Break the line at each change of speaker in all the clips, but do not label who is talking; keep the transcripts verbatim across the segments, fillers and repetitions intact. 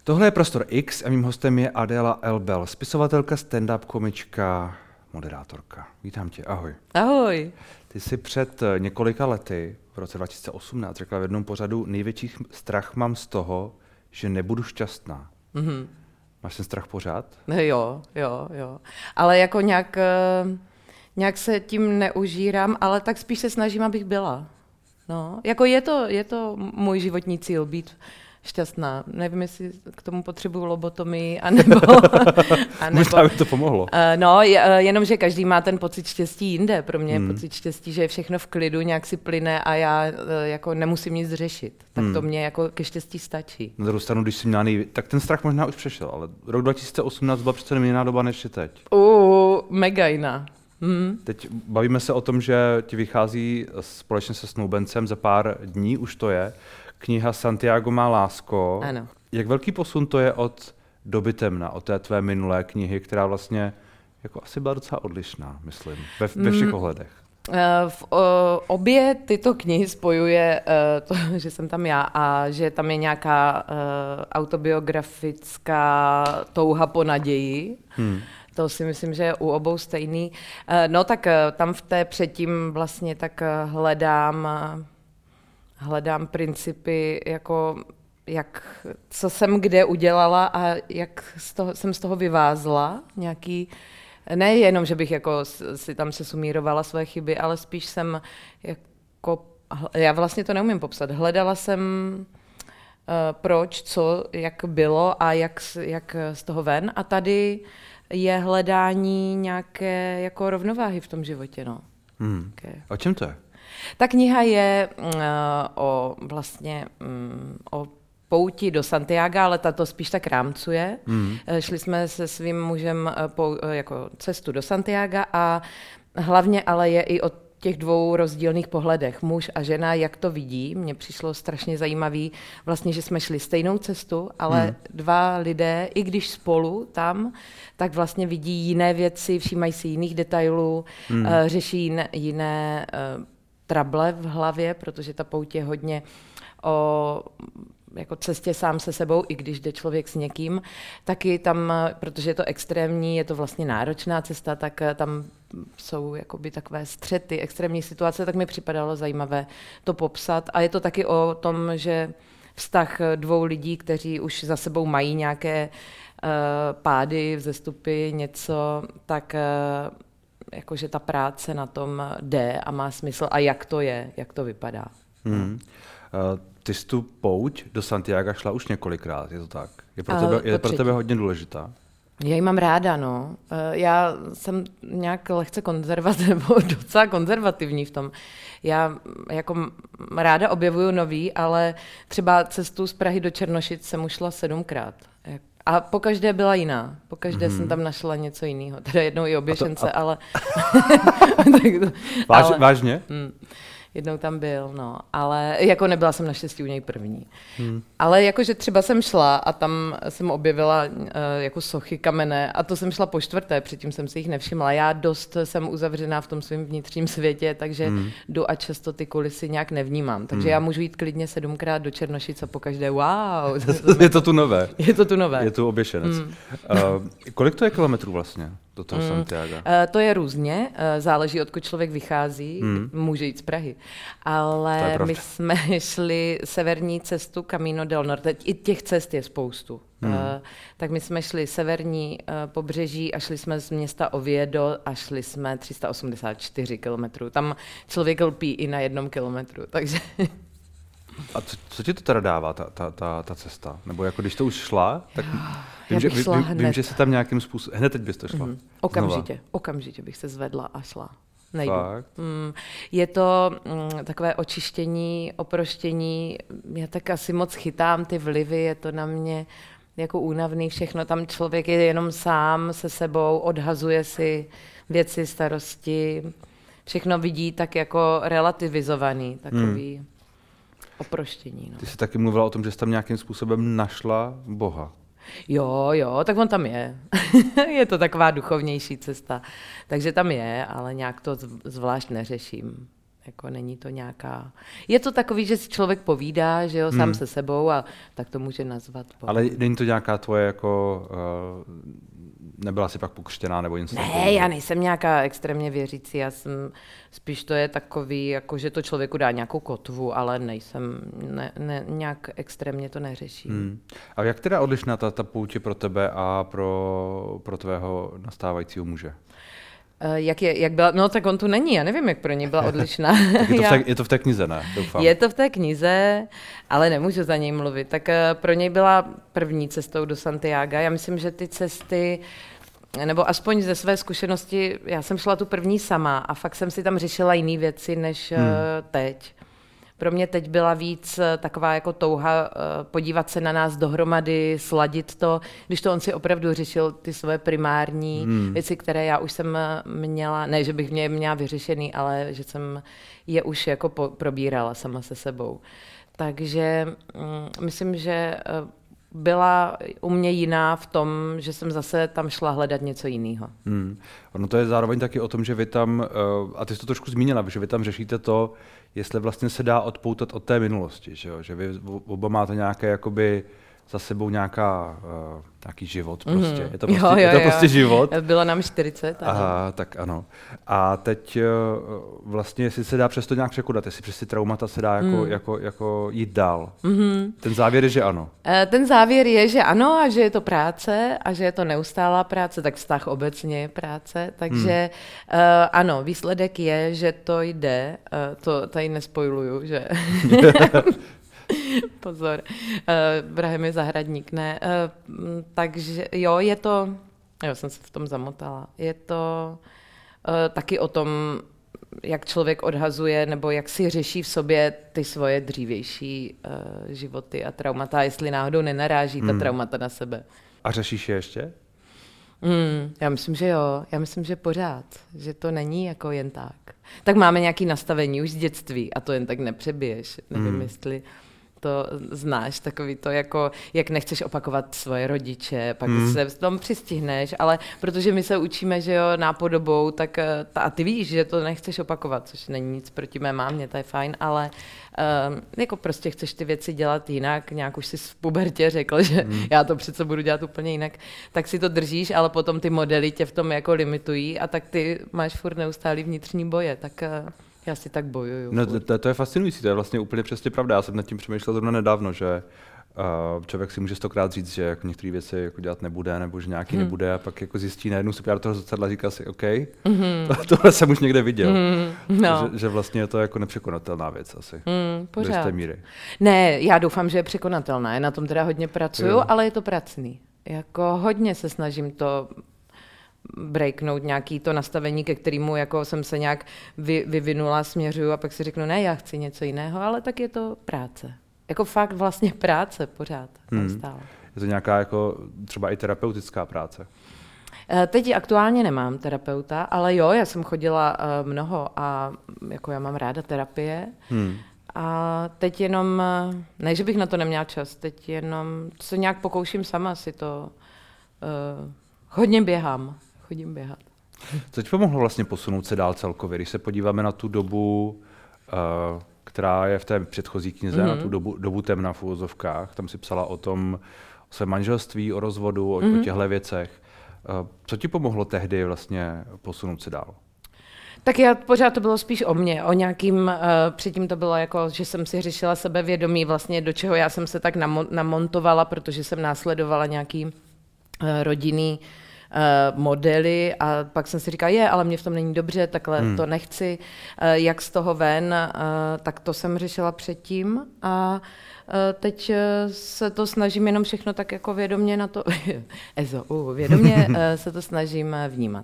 Tohle je Prostor X a mým hostem je Adéla Elbel, spisovatelka, stand-up komička, moderátorka. Vítám tě, ahoj.
Ahoj.
Ty jsi před několika lety, v roce dva tisíce osmnáct, řekla v jednom pořadu, největší strach mám z toho, že nebudu šťastná. Mm-hmm. Máš ten strach pořád?
Jo, jo, jo. Ale jako nějak, nějak se tím neužírám, ale tak spíš se snažím, abych byla. No, jako je to, je to můj životní cíl, být šťastná. Nevím, jestli k tomu potřebuju lobotomii, anebo... anebo
možná by to pomohlo. Uh,
no, jenom, že každý má ten pocit štěstí jinde. Pro mě je hmm. pocit štěstí, že je všechno v klidu, nějak si plyne a já jako nemusím nic řešit. Tak hmm. to mě jako ke štěstí stačí.
Na druhou stranu, když jsi měla nejví... tak ten strach možná už přešel, ale rok dva tisíce osmnáct byla přece jiná doba než je teď.
Uh, mega jiná. Hmm.
Teď bavíme se o tom, že ti vychází společně se snoubencem, za pár dní už to je, kniha Santiago má lásko.
Ano.
Jak velký posun to je od Doby temna, od té tvé minulé knihy, která vlastně jako asi byla docela odlišná, myslím, ve, ve všech mm. ohledech?
V o, obě tyto knihy spojuje uh, to, že jsem tam já a že tam je nějaká uh, autobiografická touha po naději. Hmm. To si myslím, že je u obou stejný. Uh, no tak uh, tam v té předtím vlastně tak uh, hledám... Uh, Hledám principy, jako jak, co jsem kde udělala a jak z toho, jsem z toho vyvázla. Nějaký, nejenom, že bych jako si tam se sumírovala své chyby, ale spíš jsem jako, já vlastně to neumím popsat, hledala jsem uh, proč, co, jak bylo a jak, jak z toho ven. A tady je hledání nějaké jako rovnováhy v tom životě. No.
Hmm. Okay. O čem to je?
Ta kniha je uh, o vlastně um, o pouti do Santiaga, ale tato spíš tak rámcuje. Mm. Šli jsme se svým mužem po jako cestu do Santiaga a hlavně ale je i o těch dvou rozdílných pohledech. Muž a žena, jak to vidí. Mně přišlo strašně zajímavý vlastně, že jsme šli stejnou cestu, ale mm. dva lidé, i když spolu tam, tak vlastně vidí jiné věci, všímají si jiných detailů, mm. uh, řeší jiné, jiné uh, trable v hlavě, protože ta pouť je hodně o jako cestě sám se sebou, i když jde člověk s někým, taky tam, protože je to extrémní, je to vlastně náročná cesta, tak tam jsou jakoby takové střety, extrémní situace, tak mi připadalo zajímavé to popsat. A je to taky o tom, že vztah dvou lidí, kteří už za sebou mají nějaké uh, pády, vzestupy, něco, tak uh, jakože ta práce na tom jde a má smysl a jak to je, jak to vypadá. Hmm.
Uh, ty jsi tu pouť do Santiaga šla už několikrát, je to tak? Je pro tebe, je pro tebe hodně důležitá?
Já ji mám ráda, no. Já jsem nějak lehce konzervativní, nebo docela konzervativní v tom. Já jako ráda objevuju nový, ale třeba cestu z Prahy do Černošic jsem už šla sedmkrát. A pokaždé byla jiná. Pokaždé mm-hmm. jsem tam našla něco jiného. Teda jednou i oběšence, a to, a... ale...
Váž,
ale...
Vážně?
Mm. Jednou tam byl, no, ale jako nebyla jsem naštěstí u něj první. Hmm. Ale jakože třeba jsem šla a tam jsem objevila uh, jako sochy kamenné a to jsem šla po čtvrté, předtím jsem si jich nevšimla. Já dost jsem uzavřená v tom svém vnitřním světě, takže hmm. jdu a často ty kulisy nějak nevnímám. Takže hmm. já můžu jít klidně sedmkrát do Černošic a pokaždé wow.
Je to tu nové.
Je to tu nové.
Je tu oběšenec. Hmm. Uh, kolik to je kilometrů vlastně do toho hmm. Santiaga? Uh,
to je různě, uh, záleží, odkud člověk vychází, hmm. může jít z Prahy. Ale my jsme šli severní cestu Camino del Norte, i těch cest je spoustu. Hmm. Uh, tak my jsme šli severní uh, pobřeží a šli jsme z města Oviedo a šli jsme tři sta osmdesát čtyři kilometrů. Tam člověk lpí i na jednom kilometru, takže...
A co, co ti to teda dává, ta, ta, ta, ta cesta? Nebo jako když to už šla, tak
jo,
vím, že, vím, vím, že se tam nějakým způsobem... Hned teď bys to šla. Mm,
okamžitě,
znova.
okamžitě bych se zvedla a šla. Nejdu.
Mm,
je to mm, takové očištění, oproštění, já tak asi moc chytám ty vlivy, je to na mě jako únavný všechno, tam člověk je jenom sám se sebou, odhazuje si věci, starosti, všechno vidí tak jako relativizovaný, takový mm. oproštění. No.
Ty jsi taky mluvila o tom, že jsi tam nějakým způsobem našla Boha.
Jo, jo, tak on tam je. Je to taková duchovnější cesta. Takže tam je, ale nějak to zvlášť neřeším. Jako není to nějaká... Je to takový, že si člověk povídá, že jo, sám hmm. se sebou a tak to může nazvat. Bohu.
Ale není to nějaká tvoje jako... Uh, nebyla jsi pak pokřtěná nebo něco?
Ne,
takového?
já nejsem nějaká extrémně věřící, já jsem spíš to je takový, jako že to člověku dá nějakou kotvu, ale nejsem, ne, ne, nějak extrémně to neřeším. Hmm.
A jak teda odlišná ta, ta pouť pro tebe a pro, pro tvého nastávajícího muže?
Jak, je, jak byla, no tak on tu není, já nevím, jak pro něj byla odlišná.
Tak je, to v té, je to v té knize, ne? Doufám.
Je to v té knize, ale nemůžu za něj mluvit. Tak pro něj byla první cestou do Santiaga. Já myslím, že ty cesty, nebo aspoň ze své zkušenosti, já jsem šla tu první sama a fakt jsem si tam řešila jiné věci, než hmm. teď. Pro mě teď byla víc taková jako touha podívat se na nás dohromady, sladit to, když to on si opravdu řešil ty své primární hmm. věci, které já už jsem měla, ne, že bych mě měla vyřešený, ale že jsem je už jako po, probírala sama se sebou. Takže mm, myslím, že byla u mě jiná v tom, že jsem zase tam šla hledat něco jiného.
Hmm. Ono to je zároveň taky o tom, že vy tam, a ty jsi to trošku zmínila, že vy tam řešíte to, jestli vlastně se dá odpoutat od té minulosti, že, jo? Že vy oba máte nějaké jakoby za sebou nějaká, uh, nějaký život prostě. Mm. Je to prostě, jo, jo, je to prostě jo. život.
Bylo nám čtyřicet.
Aha, tak ano. A teď uh, vlastně, jestli se dá přesto nějak překonat, jestli přes ty traumata se dá jako, mm. jako, jako jít dál. Mm-hmm. Ten závěr je, že ano.
Ten závěr je, že ano a že je to práce a že je to neustálá práce, tak vztah obecně je práce. Takže mm. uh, ano, výsledek je, že to jde. Uh, to tady nespojluju, že... Pozor, uh, Brahim je zahradník, ne. Uh, takže jo, je to, jo, jsem se v tom zamotala, je to uh, taky o tom, jak člověk odhazuje nebo jak si řeší v sobě ty svoje dřívější uh, životy a traumata, jestli náhodou nenaráží ta hmm. traumata na sebe.
A řešíš je ještě?
Mm, já myslím, že jo, já myslím, že pořád, že to není jako jen tak. Tak máme nějaké nastavení už z dětství a to jen tak nepřebiješ, nevím, hmm. jestli... To znáš, takový to jako, jak nechceš opakovat svoje rodiče, pak hmm. se v tom přistihneš, ale protože my se učíme, že jo, nápodobou, tak ta, a ty víš, že to nechceš opakovat, což není nic proti mé mámě, to je fajn, ale um, jako prostě chceš ty věci dělat jinak, nějak už jsi v pubertě řekl, že hmm. já to přece budu dělat úplně jinak, tak si to držíš, ale potom ty modely tě v tom jako limitují a tak ty máš furt neustálý vnitřní boje, tak... Uh, Já si tak bojuju.
No, to, to je fascinující, to je vlastně úplně přesně pravda. Já jsem nad tím přemýšlel zrovna nedávno, že uh, člověk si může stokrát říct, že jako některé věci jako dělat nebude, nebo že nějaký hmm. nebude, a pak jako zjistí najednou si do toho zrcadla, říká si, OK, hmm. to, tohle jsem už někde viděl. Hmm. No. Že, že vlastně je to jako nepřekonatelná věc asi. Hmm, pořád. Do jisté míry.
Ne, já doufám, že je překonatelná. Já na tom teda hodně pracuju, jo. ale je to pracný. Jako hodně se snažím to breaknout nějaký to nastavení, ke kterému jako jsem se nějak vy, vyvinula, směřuju a pak si řeknu, ne, já chci něco jiného, ale tak je to práce. Jako fakt vlastně práce pořád. Hmm.
Je to nějaká jako třeba i terapeutická práce?
Teď aktuálně nemám terapeuta, ale jo, já jsem chodila mnoho a jako já mám ráda terapie. Hmm. A teď jenom, ne, že bych na to neměla čas, teď jenom se nějak pokouším sama si to, uh, hodně běhám. Chodím běhat.
Co ti pomohlo vlastně posunout se dál celkově? Když se podíváme na tu dobu, uh, která je v té předchozí knize, mm-hmm. na tu dobu, dobu temna v uvozovkách, tam si psala o tom, o svém manželství, o rozvodu, o, mm-hmm. o těchto věcech. Uh, co ti pomohlo tehdy vlastně posunout se dál?
Tak já pořád to bylo spíš o mně, o nějakým, uh, předtím to bylo jako, že jsem si řešila sebevědomí, vlastně do čeho já jsem se tak namon- namontovala, protože jsem následovala nějaký uh, rodinný Uh, modely a pak jsem si říkala, je, ale mě v tom není dobře, takhle hmm. to nechci. Uh, jak z toho ven, uh, tak to jsem řešila předtím a uh, teď uh, se to snažím jenom všechno tak jako vědomě na to, Ezo, uh, vědomě uh, se to snažím vnímat.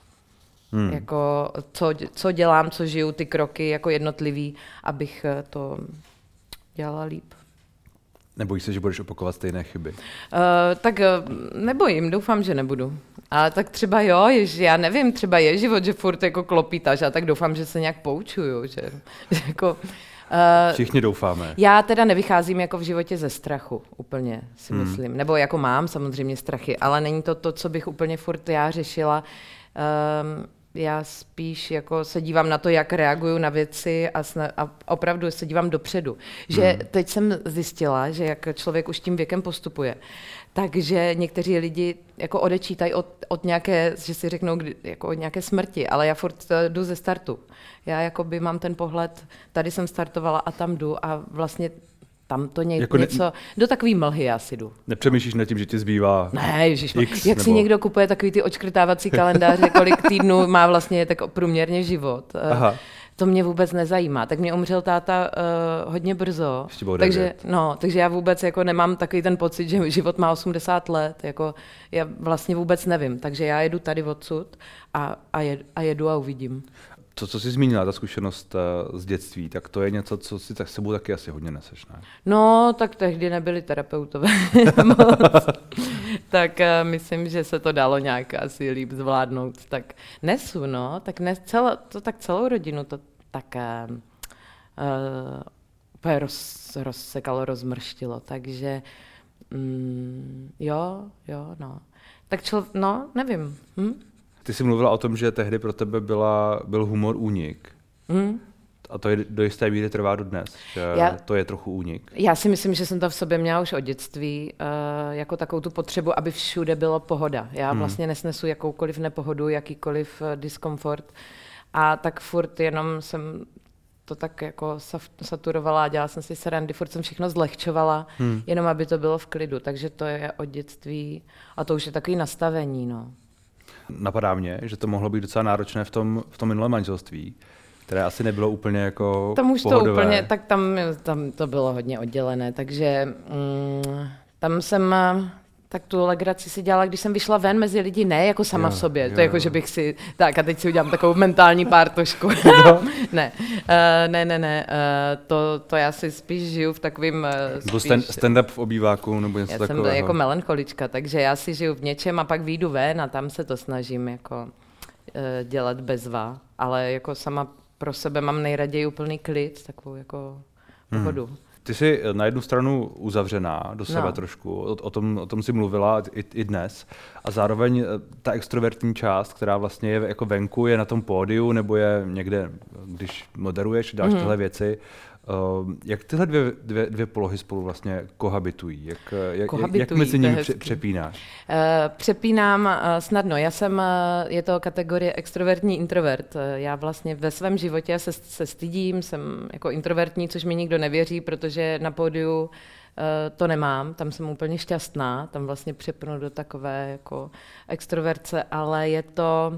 Hmm. Jako co, co dělám, co žiju, ty kroky jako jednotlivý, abych uh, to dělala líp.
Nebojíš se, že budeš opakovat stejné chyby? Uh,
tak uh, nebojím, doufám, že nebudu. Ale tak třeba jo, jež, já nevím, třeba je život, že furt jako klopítaš, a tak doufám, že se nějak poučuju. Že, že jako, uh,
Všichni doufáme.
Já teda nevycházím jako v životě ze strachu, úplně si hmm. myslím. Nebo jako mám samozřejmě strachy, ale není to to, co bych úplně furt já řešila. Um, já spíš jako se dívám na to, jak reaguju na věci a, sna- a opravdu se dívám dopředu. Že hmm. teď jsem zjistila, že jak člověk už tím věkem postupuje, takže někteří lidi jako odečítají od, od nějaké, že si řeknou, kdy, jako od nějaké smrti, ale já furt jdu ze startu. Já jakoby mám ten pohled, tady jsem startovala a tam jdu a vlastně tam to ně, jako něco, ne, do takový mlhy já si jdu.
Nepřemýšlíš nad tím, že ti zbývá
ne, ježiš,
X,
jak
nebo...
si někdo kupuje takový ty odškrtávací kalendáře, kolik týdnů má vlastně tak průměrně život. Aha. To mě vůbec nezajímá. Tak mě umřel táta uh, hodně brzo, takže, no, takže já vůbec jako nemám takový ten pocit, že život má osmdesát let. Jako, já vlastně vůbec nevím, takže já jedu tady odsud a, a, jedu, a jedu a uvidím.
To, co jsi zmínila, ta zkušenost uh, z dětství, tak to je něco, co si tak sebou taky asi hodně neseš, ne?
No, tak tehdy nebyli terapeutové moc. Tak uh, myslím, že se to dalo nějak asi líp zvládnout. Tak nesu, no, tak ne, celo, to tak celou rodinu to tak uh, uh, roz, rozsekalo, rozmrštilo, takže mm, jo, jo, no. Tak člo, no, nevím. Hm?
Ty jsi mluvila o tom, že tehdy pro tebe byla, byl humor únik. Mm. A to je, do jisté míry trvá dodnes, že já, to je trochu únik.
Já si myslím, že jsem to v sobě měla už od dětství, uh, jako takovou tu potřebu, aby všude bylo pohoda. Já mm. vlastně nesnesu jakoukoliv nepohodu, jakýkoliv uh, diskomfort. A tak furt jenom jsem to tak jako saturovala a dělala jsem si srandy, furt jsem všechno zlehčovala, mm. jenom aby to bylo v klidu. Takže to je od dětství a to už je takový nastavení, no.
Napadá mě, že to mohlo být docela náročné v tom, v tom minulém manželství, které asi nebylo úplně jako
tam už
pohodové.
To úplně, tak tam, tam to bylo hodně oddělené, takže mm, tam jsem tak tu legraci si dělala, když jsem vyšla ven mezi lidi, ne jako sama jo, v sobě, jo, to je jako, že bych si, tak a teď si udělám takovou mentální pártošku. No. ne, uh, ne, ne, ne, uh, to, to já si spíš žiju v takovým... Uh,
spíš... stand-up v obýváku nebo něco
já
takového.
Já jsem jako melancholička, takže já si žiju v něčem a pak vyjdu ven a tam se to snažím jako uh, dělat bezva, ale jako sama pro sebe mám nejraději úplný klid, takovou jako pohodu. Hmm.
Ty jsi na jednu stranu uzavřená do sebe no. trošku, o, o, tom, o tom jsi mluvila i, i dnes, a zároveň ta extrovertní část, která vlastně je jako venku, je na tom pódiu nebo je někde, když moderuješ, děláš mm. tyhle věci. Uh, jak tyhle dvě, dvě, dvě polohy spolu vlastně kohabitují? Jak, jak, kohabitují, jak mezi nimi pře- přepínáš?
Uh, přepínám uh, snadno. Já jsem, uh, je to kategorie extrovertní introvert. Uh, já vlastně ve svém životě se, se stydím, jsem jako introvertní, což mi nikdo nevěří, protože na pódiu uh, to nemám, tam jsem úplně šťastná, tam vlastně přepnu do takové jako extroverce, ale je to...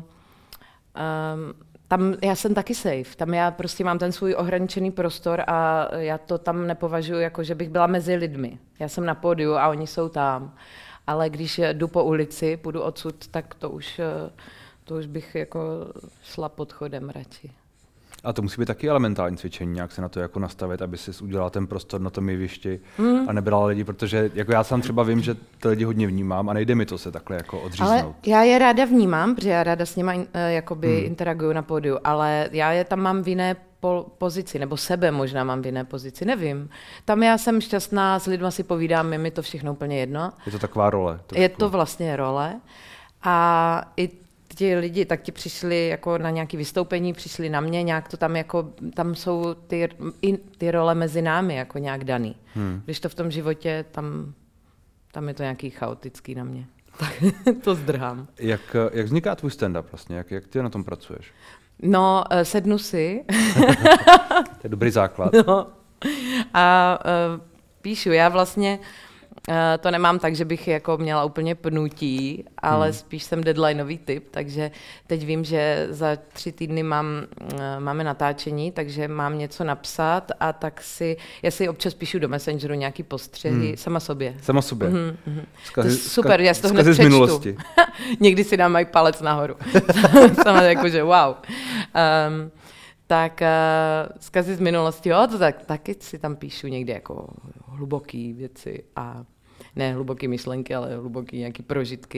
Um, Tam já jsem taky safe, tam já prostě mám ten svůj ohraničený prostor a já to tam nepovažuji jako, že bych byla mezi lidmi. Já jsem na pódiu a oni jsou tam, ale když jdu po ulici, půjdu odsud, tak to už, to už bych jako šla pod chodem radši.
A to musí být taky elementární cvičení, jak se na to jako nastavit, aby si udělala ten prostor na tom jevišti mm. a nebrala lidi, protože jako já sám třeba vím, že ty lidi hodně vnímám a nejde mi to se takhle jako odříznout.
Ale já je ráda vnímám, protože já ráda s nima uh, jakoby mm. interaguju na pódiu, ale já je tam mám v jiné po- pozici, nebo sebe možná mám v jiné pozici, nevím. Tam já jsem šťastná, s lidma si povídám, je mi to všechno úplně jedno.
Je to taková role.
Trošku. Je to vlastně role a i ti lidi, tak ti přišli jako na nějaké vystoupení, přišli na mě, nějak to tam jako, tam jsou ty, i ty role mezi námi jako nějak daný. Hmm. Když to v tom životě, tam, tam je to nějaký chaotický na mě. Tak to zdrhám.
Jak, jak vzniká tvůj stand-up vlastně? Jak, jak ty na tom pracuješ?
No, sednu si.
To je dobrý základ.
No. A uh, píšu, já vlastně Uh, to nemám tak, že bych jako měla úplně pnutí, ale hmm. spíš jsem deadlineový typ, takže teď vím, že za tři týdny mám, uh, máme natáčení, takže mám něco napsat a tak si, já si občas píšu do Messengeru nějaký postřehy hmm. sama sobě.
Sama sobě.
Mm-hmm, mm-hmm. Skazy, to je super, já si to hned přečtu. Z minulosti. Někdy si dám i palec nahoru. Sama jakože wow. Um, tak uh, zkazy z minulosti, jo, to tak, taky si tam píšu někdy jako hluboký věci a ne hluboký myšlenky, ale hluboký nějaký prožitky.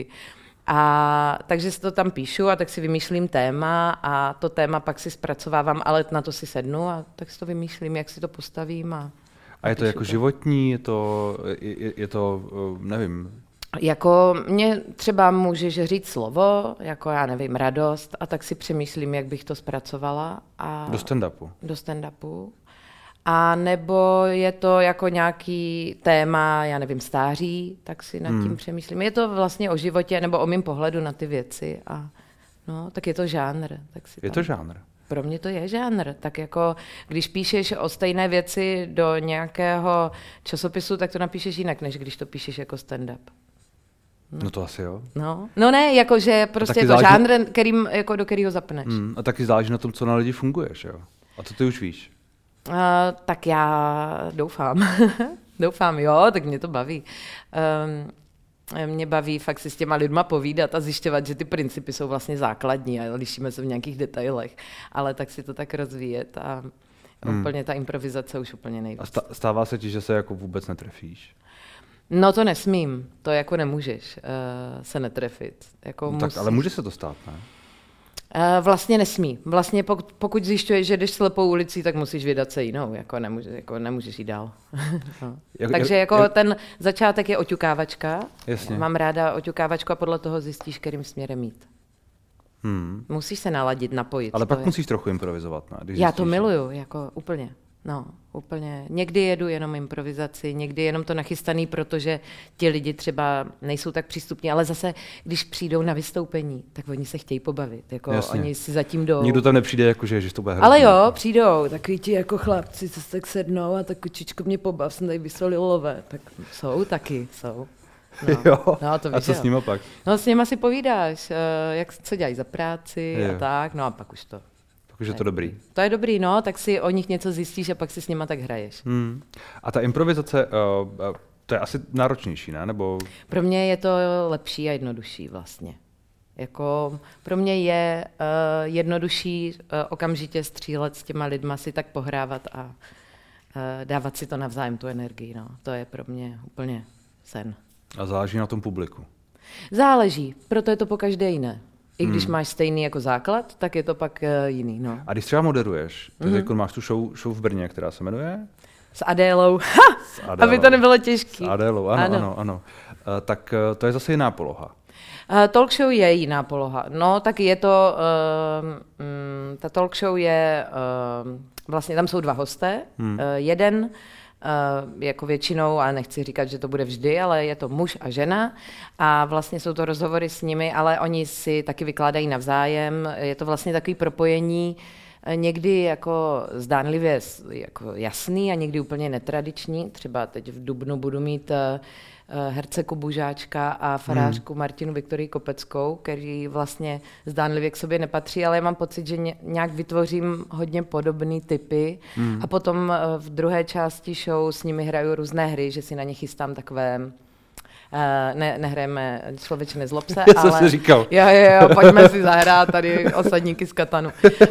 A takže si to tam píšu a tak si vymýšlím téma a to téma pak si zpracovávám, ale na to si sednu a tak si to vymýšlím, jak si to postavím. A,
a je to jako to. životní, je to, je, je to, nevím,
Jako mě třeba můžeš říct slovo, jako já nevím, radost, a tak si přemýšlím, jak bych to zpracovala. A
do stand-upu.
Do stand-upu. A nebo je to jako nějaký téma, já nevím, stáří, tak si nad tím hmm. přemýšlím. Je to vlastně o životě nebo o mým pohledu na ty věci. A no, tak je to žánr. Tak si
je
tam...
to žánr.
Pro mě to je žánr. Tak jako, když píšeš o stejné věci do nějakého časopisu, tak to napíšeš jinak, než když to píšeš jako stand-up.
No. no to asi jo.
No, no ne, jakože prostě jako žánr, na... kterým, jako do kterého zapneš.
Mm, a taky záleží na tom, co na lidi funguje, že jo? A to ty už víš.
Uh, tak já doufám. doufám, jo, tak mě to baví. Um, mě baví fakt si s těma lidma povídat a zjišťovat, že ty principy jsou vlastně základní a lišíme se v nějakých detailech, ale tak si to tak rozvíjet a hmm. úplně ta improvizace už úplně nejvíc.
A stává se ti, že se jako vůbec netrefíš?
No to nesmím, to jako nemůžeš uh, se netrefit. Jako
no,
musíš...
Tak ale může se to stát, ne?
Uh, vlastně nesmí. Vlastně pokud, pokud zjišťuješ, že jdeš slepou ulicí, tak musíš vydat se jinou. Jako, nemůže, jako nemůžeš jít dál. no. jak, Takže jak, jako jak... ten začátek je oťukávačka.
Jasně.
Mám ráda oťukávačku a podle toho zjistíš, kterým směrem jít. Hmm. Musíš se naladit, napojit.
Ale pak
je...
musíš trochu improvizovat. Ne? Když
Já
zjistíš,
to miluju, jako úplně. No, úplně. Někdy jedu jenom improvizaci, někdy jenom to nachystaný, protože ti lidi třeba nejsou tak přístupní, ale zase, když přijdou na vystoupení, tak oni se chtějí pobavit. Jako oni si zatím jdou.
Nikdo tam nepřijde, jako že, že to bude hrozný.
Ale jo, přijdou. Takový ti jako chlapci, co se tak sednou a tak kočičko mě pobav, jsem tady vysolil lové. Tak jsou taky, jsou.
No, jo.
No, to víš,
a co
jo.
s nima pak?
No s nima si povídáš, jak, co dělají za práci jo. a tak, no a pak už to.
Takže to dobrý.
To je dobrý, no, tak si o nich něco zjistíš a pak si s nima tak hraješ. Hmm.
A ta improvizace, uh, to je asi náročnější, ne? Nebo...
Pro mě je to lepší a jednodušší vlastně. Jako pro mě je uh, jednodušší uh, okamžitě střílet s těma lidma, si tak pohrávat a uh, dávat si to navzájem, tu energii, no. To je pro mě úplně sen.
A záleží na tom publiku?
Záleží, proto je to po každé jiné. I když hmm. máš stejný jako základ, tak je to pak uh, jiný. No.
A když třeba moderuješ, ty mm-hmm. máš tu show, show v Brně, která se jmenuje?
S Adélou. Ha! S Adélou. Aby to nebylo těžké.
S Adélou, ano, ano. ano, ano. Uh, tak uh, to je zase jiná poloha.
Uh, talk show je jiná poloha. No, tak je to, uh, um, ta talk show je, uh, vlastně tam jsou dva hosté. Hmm. Uh, jeden Uh, jako většinou, a nechci říkat, že to bude vždy, ale je to muž a žena a vlastně jsou to rozhovory s nimi, ale oni si taky vykládají navzájem, je to vlastně takový propojení, někdy jako zdánlivě jako jasný a někdy úplně netradiční, třeba teď v dubnu budu mít uh, herce Kubu Žáčka a farářku hmm. Martinu Viktorii Kopeckou, který vlastně zdánlivě k sobě nepatří, ale já mám pocit, že nějak vytvořím hodně podobné typy hmm. a potom v druhé části show s nimi hraju různé hry, že si na ně chystám takové ne, nehrajeme Člověče nezlob se,
ale... Já jsem si říkal.
Jo, jo, jo, pojďme si zahrát tady osadníky z Katanu.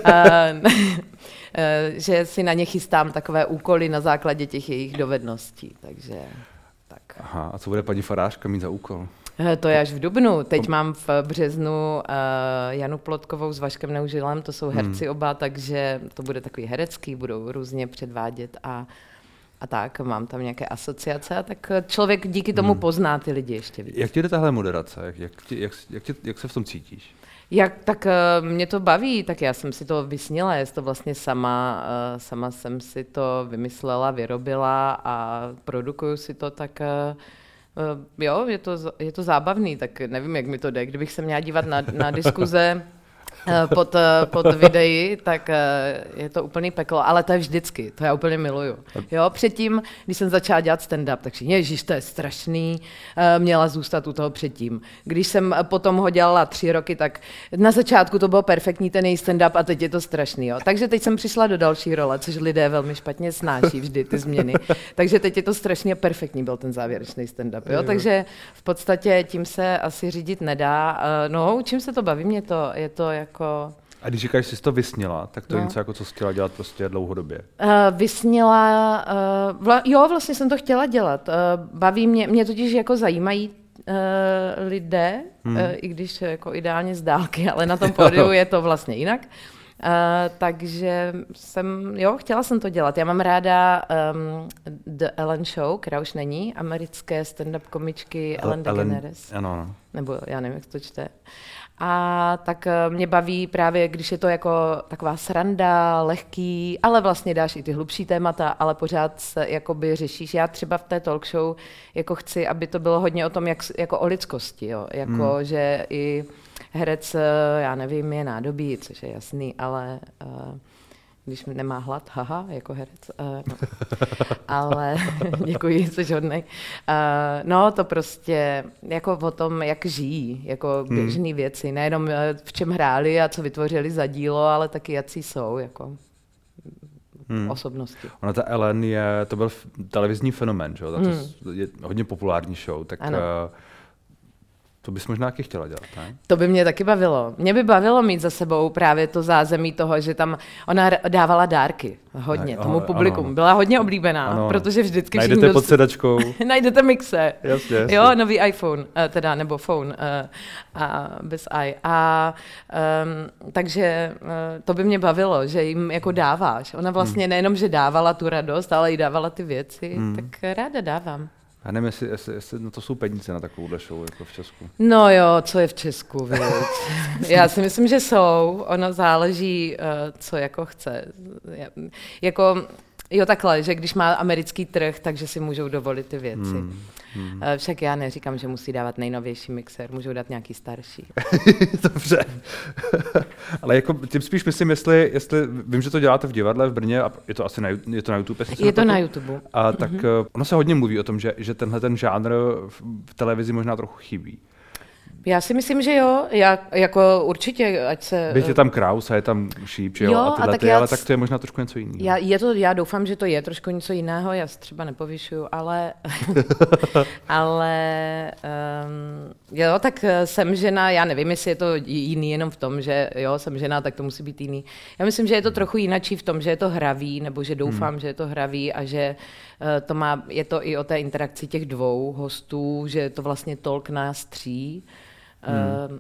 Že si na ně chystám takové úkoly na základě těch jejich dovedností, takže... Tak.
Aha, a co bude paní farářka mít za úkol?
To je až v dubnu. Teď mám v březnu uh, Janu Plotkovou s Vaškem Neužilem, to jsou herci hmm. oba, takže to bude takový herecký, budou různě předvádět a, a tak. Mám tam nějaké asociace a tak člověk díky tomu hmm. pozná ty lidi ještě víc.
Jak ti jde tahle moderace? Jak, jak, jak, jak, jak se v tom cítíš?
Jak, tak uh, mě to baví, tak já jsem si to vysnila, já to vlastně sama, uh, sama jsem si to vymyslela, vyrobila a produkuju si to, tak uh, uh, jo, je to, je to zábavný, tak nevím, jak mi to jde, kdybych se měla dívat na, na diskuze pod, pod videí, tak je to úplný peklo, ale to je vždycky, to já úplně miluju. Jo, předtím, když jsem začala dělat stand-up, tak všichni, ježiš, to je strašný, měla zůstat u toho předtím. Když jsem potom ho dělala tři roky, tak na začátku to bylo perfektní ten její stand-up a teď je to strašný. Jo. Takže teď jsem přišla do další role, což lidé velmi špatně snáší vždy ty změny. Takže teď je to strašně perfektní byl ten závěrečný stand-up. Jo. Takže v podstatě tím se asi řídit nedá. No, čím se to baví, mě to, je to jako
A když říkáš, že jsi to vysnila, tak to no. je něco, jako co jsi chtěla dělat prostě dlouhodobě.
Uh, vysnila, uh, vla, jo, vlastně jsem to chtěla dělat. Uh, baví mě, mě totiž jako zajímají uh, lidé, hmm. uh, i když jako ideálně z dálky, ale na tom pódiu je to vlastně jinak. takže jsem, jo, chtěla jsem to dělat. Já mám ráda um, The Ellen Show, která už není, americké stand-up komičky Ellen DeGeneres.
Ano, ano.
Nebo já nevím, jak to čte. A tak mě baví právě, když je to jako taková sranda, lehký, ale vlastně dáš i ty hlubší témata, ale pořád se jakoby řešíš. Já třeba v té talk show jako chci, aby to bylo hodně o tom, jak, jako o lidskosti, jo. Jako, hmm. že i herec, já nevím, je nádobí, což je jasný, ale uh, když nemá hlad, haha, jako herec. Uh, no. Ale děkuji, jsi hodnej. Uh, no, to prostě jako o tom, jak žijí, jako běžný hmm. věci, nejenom v čem hráli a co vytvořili za dílo, ale taky jací jsou, jako hmm. osobnosti.
Ona ta Ellen je, to byl televizní fenomén, že? To hmm. je hodně populární show, tak uh, to bys možná taky chtěla dělat, ne?
To by mě taky bavilo. Mě by bavilo mít za sebou právě to zázemí toho, že tam ona dávala dárky hodně ne, tomu aha, publikum. Ano. Byla hodně oblíbená, ano. protože vždycky
najdete všichni... pod sedačkou.
Najdete mixe.
Jasně, jasně.
Jo, nový iPhone, teda, nebo phone, uh, a bez i. A um, takže uh, to by mě bavilo, že jim jako dáváš. Ona vlastně hmm. nejenom, že dávala tu radost, ale i dávala ty věci, hmm. tak ráda dávám.
Já nevím, jestli, jestli, jestli na to jsou peníze na takovouhle show jako v Česku.
No jo, co je v Česku, víc. Já si myslím, že jsou. Ono záleží, co jako chce. Jako, jo takhle, že když má americký trh, takže si můžou dovolit ty věci. Hmm. Hmm. Však já neříkám, že musí dávat nejnovější mixer, můžou dát nějaký starší.
Dobře. Ale jako tím spíš myslím, jestli, jestli vím, že to děláte v divadle v Brně a je to asi na, je to na YouTube.
Je to na YouTube.
A tak mm-hmm. ono se hodně mluví o tom, že, že tenhle ten žánr v televizi možná trochu chybí.
Já si myslím, že jo, já, jako určitě, ať se...
Víte, je tam Kraus a je tam Šíp, jo, a tyhle a tak ty, já, ale tak to je možná trošku něco jiného.
Já, je to, já doufám, že to je trošku něco jiného, já se třeba nepovyšuju, ale... ale um, jo, tak jsem žena, já nevím, jestli je to jiný jenom v tom, že jo, jsem žena, tak to musí být jiný. Já myslím, že je to trochu jinačí v tom, že je to hravý, nebo že doufám, hmm. že je to hravý a že uh, to má, je to i o té interakci těch dvou hostů, že to vlastně talk nás tří. Hmm. Uh,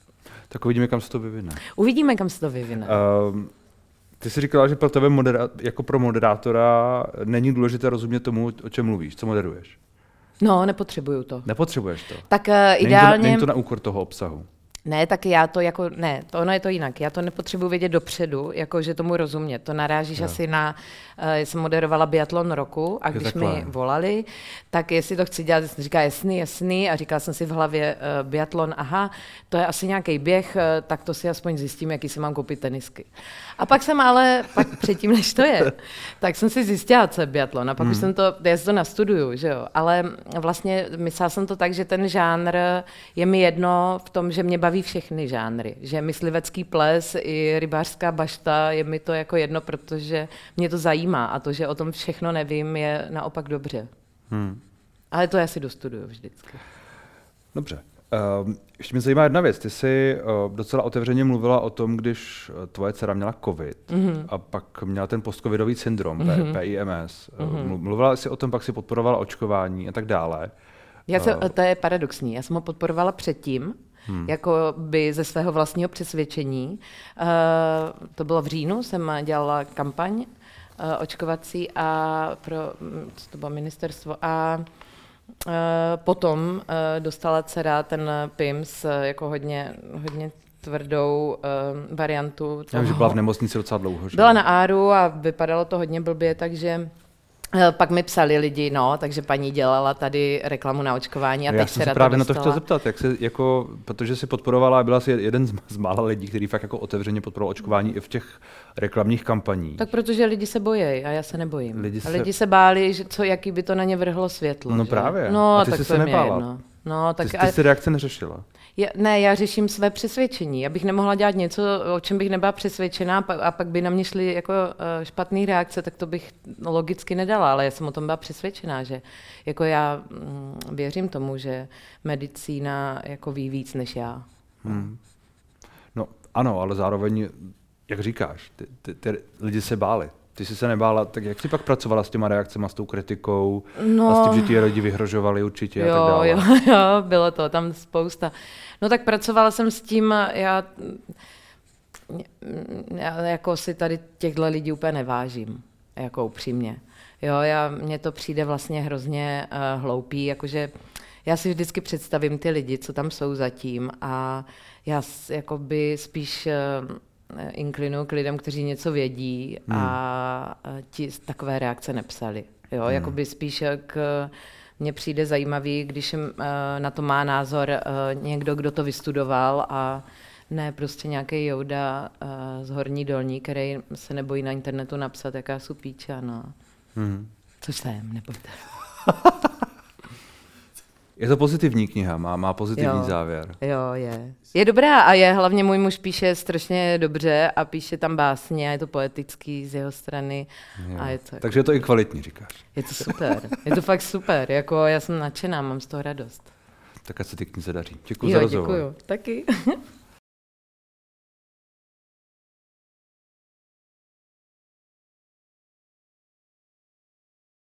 tak uvidíme, kam se to vyvine.
Uvidíme, kam se to vyvine. Uh,
ty jsi říkala, že pro tebe modera- jako pro moderátora není důležité rozumět tomu, o čem mluvíš, co moderuješ.
No, nepotřebuju to.
Nepotřebuješ to?
Tak uh, ideálně...
Není to, není to na úkor toho obsahu?
Ne, tak já to jako, ne, to ono je to jinak. Já to nepotřebuji vědět dopředu, jako že tomu rozumět. To narážíš jo. asi na, uh, jsem moderovala biatlon roku a když mi volali, tak jestli to chci dělat, jsem říkala jasný, jasný a říkala jsem si v hlavě uh, biatlon, aha, to je asi nějaký běh, uh, tak to si aspoň zjistím, jaký si mám koupit tenisky. A pak jsem ale, pak předtím, než to je, tak jsem si zjistila, co je biatlon a pak hmm. už jsem to, já si to nastuduju, že jo, ale vlastně myslela jsem to tak, že ten žánr je mi jedno v tom, že mě baví všechny žánry, že myslivecký ples i rybářská bašta je mi to jako jedno, protože mě to zajímá a to, že o tom všechno nevím, je naopak dobře. Hmm. Ale to já si dostuduju vždycky.
Dobře. Uh, ještě mě zajímá jedna věc. Ty jsi uh, docela otevřeně mluvila o tom, když tvoje dcera měla covid mm-hmm. a pak měla ten postcovidový syndrom, mm-hmm. P I M S. Mm-hmm. Mluvila jsi o tom, pak si podporovala očkování a tak dále.
Já se, uh, to je paradoxní. Já jsem ho podporovala předtím, Hmm. jako by ze svého vlastního přesvědčení. Uh, to bylo v říjnu, jsem dělala kampaň uh, očkovací a pro co to bylo ministerstvo a uh, potom uh, dostala dcera ten P I M S uh, jako hodně, hodně tvrdou uh, variantu.
Já vím, že byla v nemocnici docela dlouho. Že?
Byla na áru a vypadalo to hodně blbě, takže pak mi psali lidi, no, takže paní dělala tady reklamu na očkování a
no,
teď se
to právě na to chtěl zeptat, jak se, jako, protože si podporovala a byla si jeden z, z mála lidí, který fakt jako otevřeně podporoval očkování i v těch reklamních kampaních.
Tak protože lidi se bojí a já se nebojím. Lidi se, a lidi se báli, že co, jaký by to na ně vrhlo světlo.
No
že?
právě,
no,
a ty
tak
jsi se nebála.
No, tak
ty, ty jsi reakce neřešila.
Já, ne, já řeším své přesvědčení. Já bych nemohla dělat něco, o čem bych nebyla přesvědčená a pak by na mě šly jako špatné reakce, tak to bych logicky nedala, ale já jsem o tom byla přesvědčená, že jako já mm, věřím tomu, že medicína jako ví víc než já.
Hmm. No ano, ale zároveň, jak říkáš, ty, ty, ty lidi se báli. Ty jsi se nebála, tak jak jsi pak pracovala s těma reakcemi, s tou kritikou no, a s tím, že ti lidi vyhrožovali určitě
jo,
a tak dále?
Jo, jo, bylo to tam spousta. No tak pracovala jsem s tím, já já jako si tady těchto lidí úplně nevážím, jako upřímně. Jo, já, mně to přijde vlastně hrozně uh, hloupý, jakože já si vždycky představím ty lidi, co tam jsou zatím a já jakoby spíš uh, inklinuji k lidem, kteří něco vědí hmm. a uh, ti takové reakce nepsali. Jo, hmm. jakoby spíš k... Mně přijde zajímavý, když uh, na to má názor uh, někdo, kdo to vystudoval a ne prostě nějaký Jouda uh, z Horní Dolní, který se nebojí na internetu napsat, jaká jsou píča, no. Hmm. Což jsem, nebojte.
Je to pozitivní kniha, má, má pozitivní
jo,
závěr.
Jo, je. Je dobrá a je, hlavně můj muž píše strašně dobře a píše tam básně a je to poetický z jeho strany. A je to
Takže je to i kvalitní, říkáš.
Je to super, je to fakt super, jako já jsem nadšená, mám z toho radost.
Tak ať se ty knize daří. Děkuji za rozhovor.
Děkuju, taky.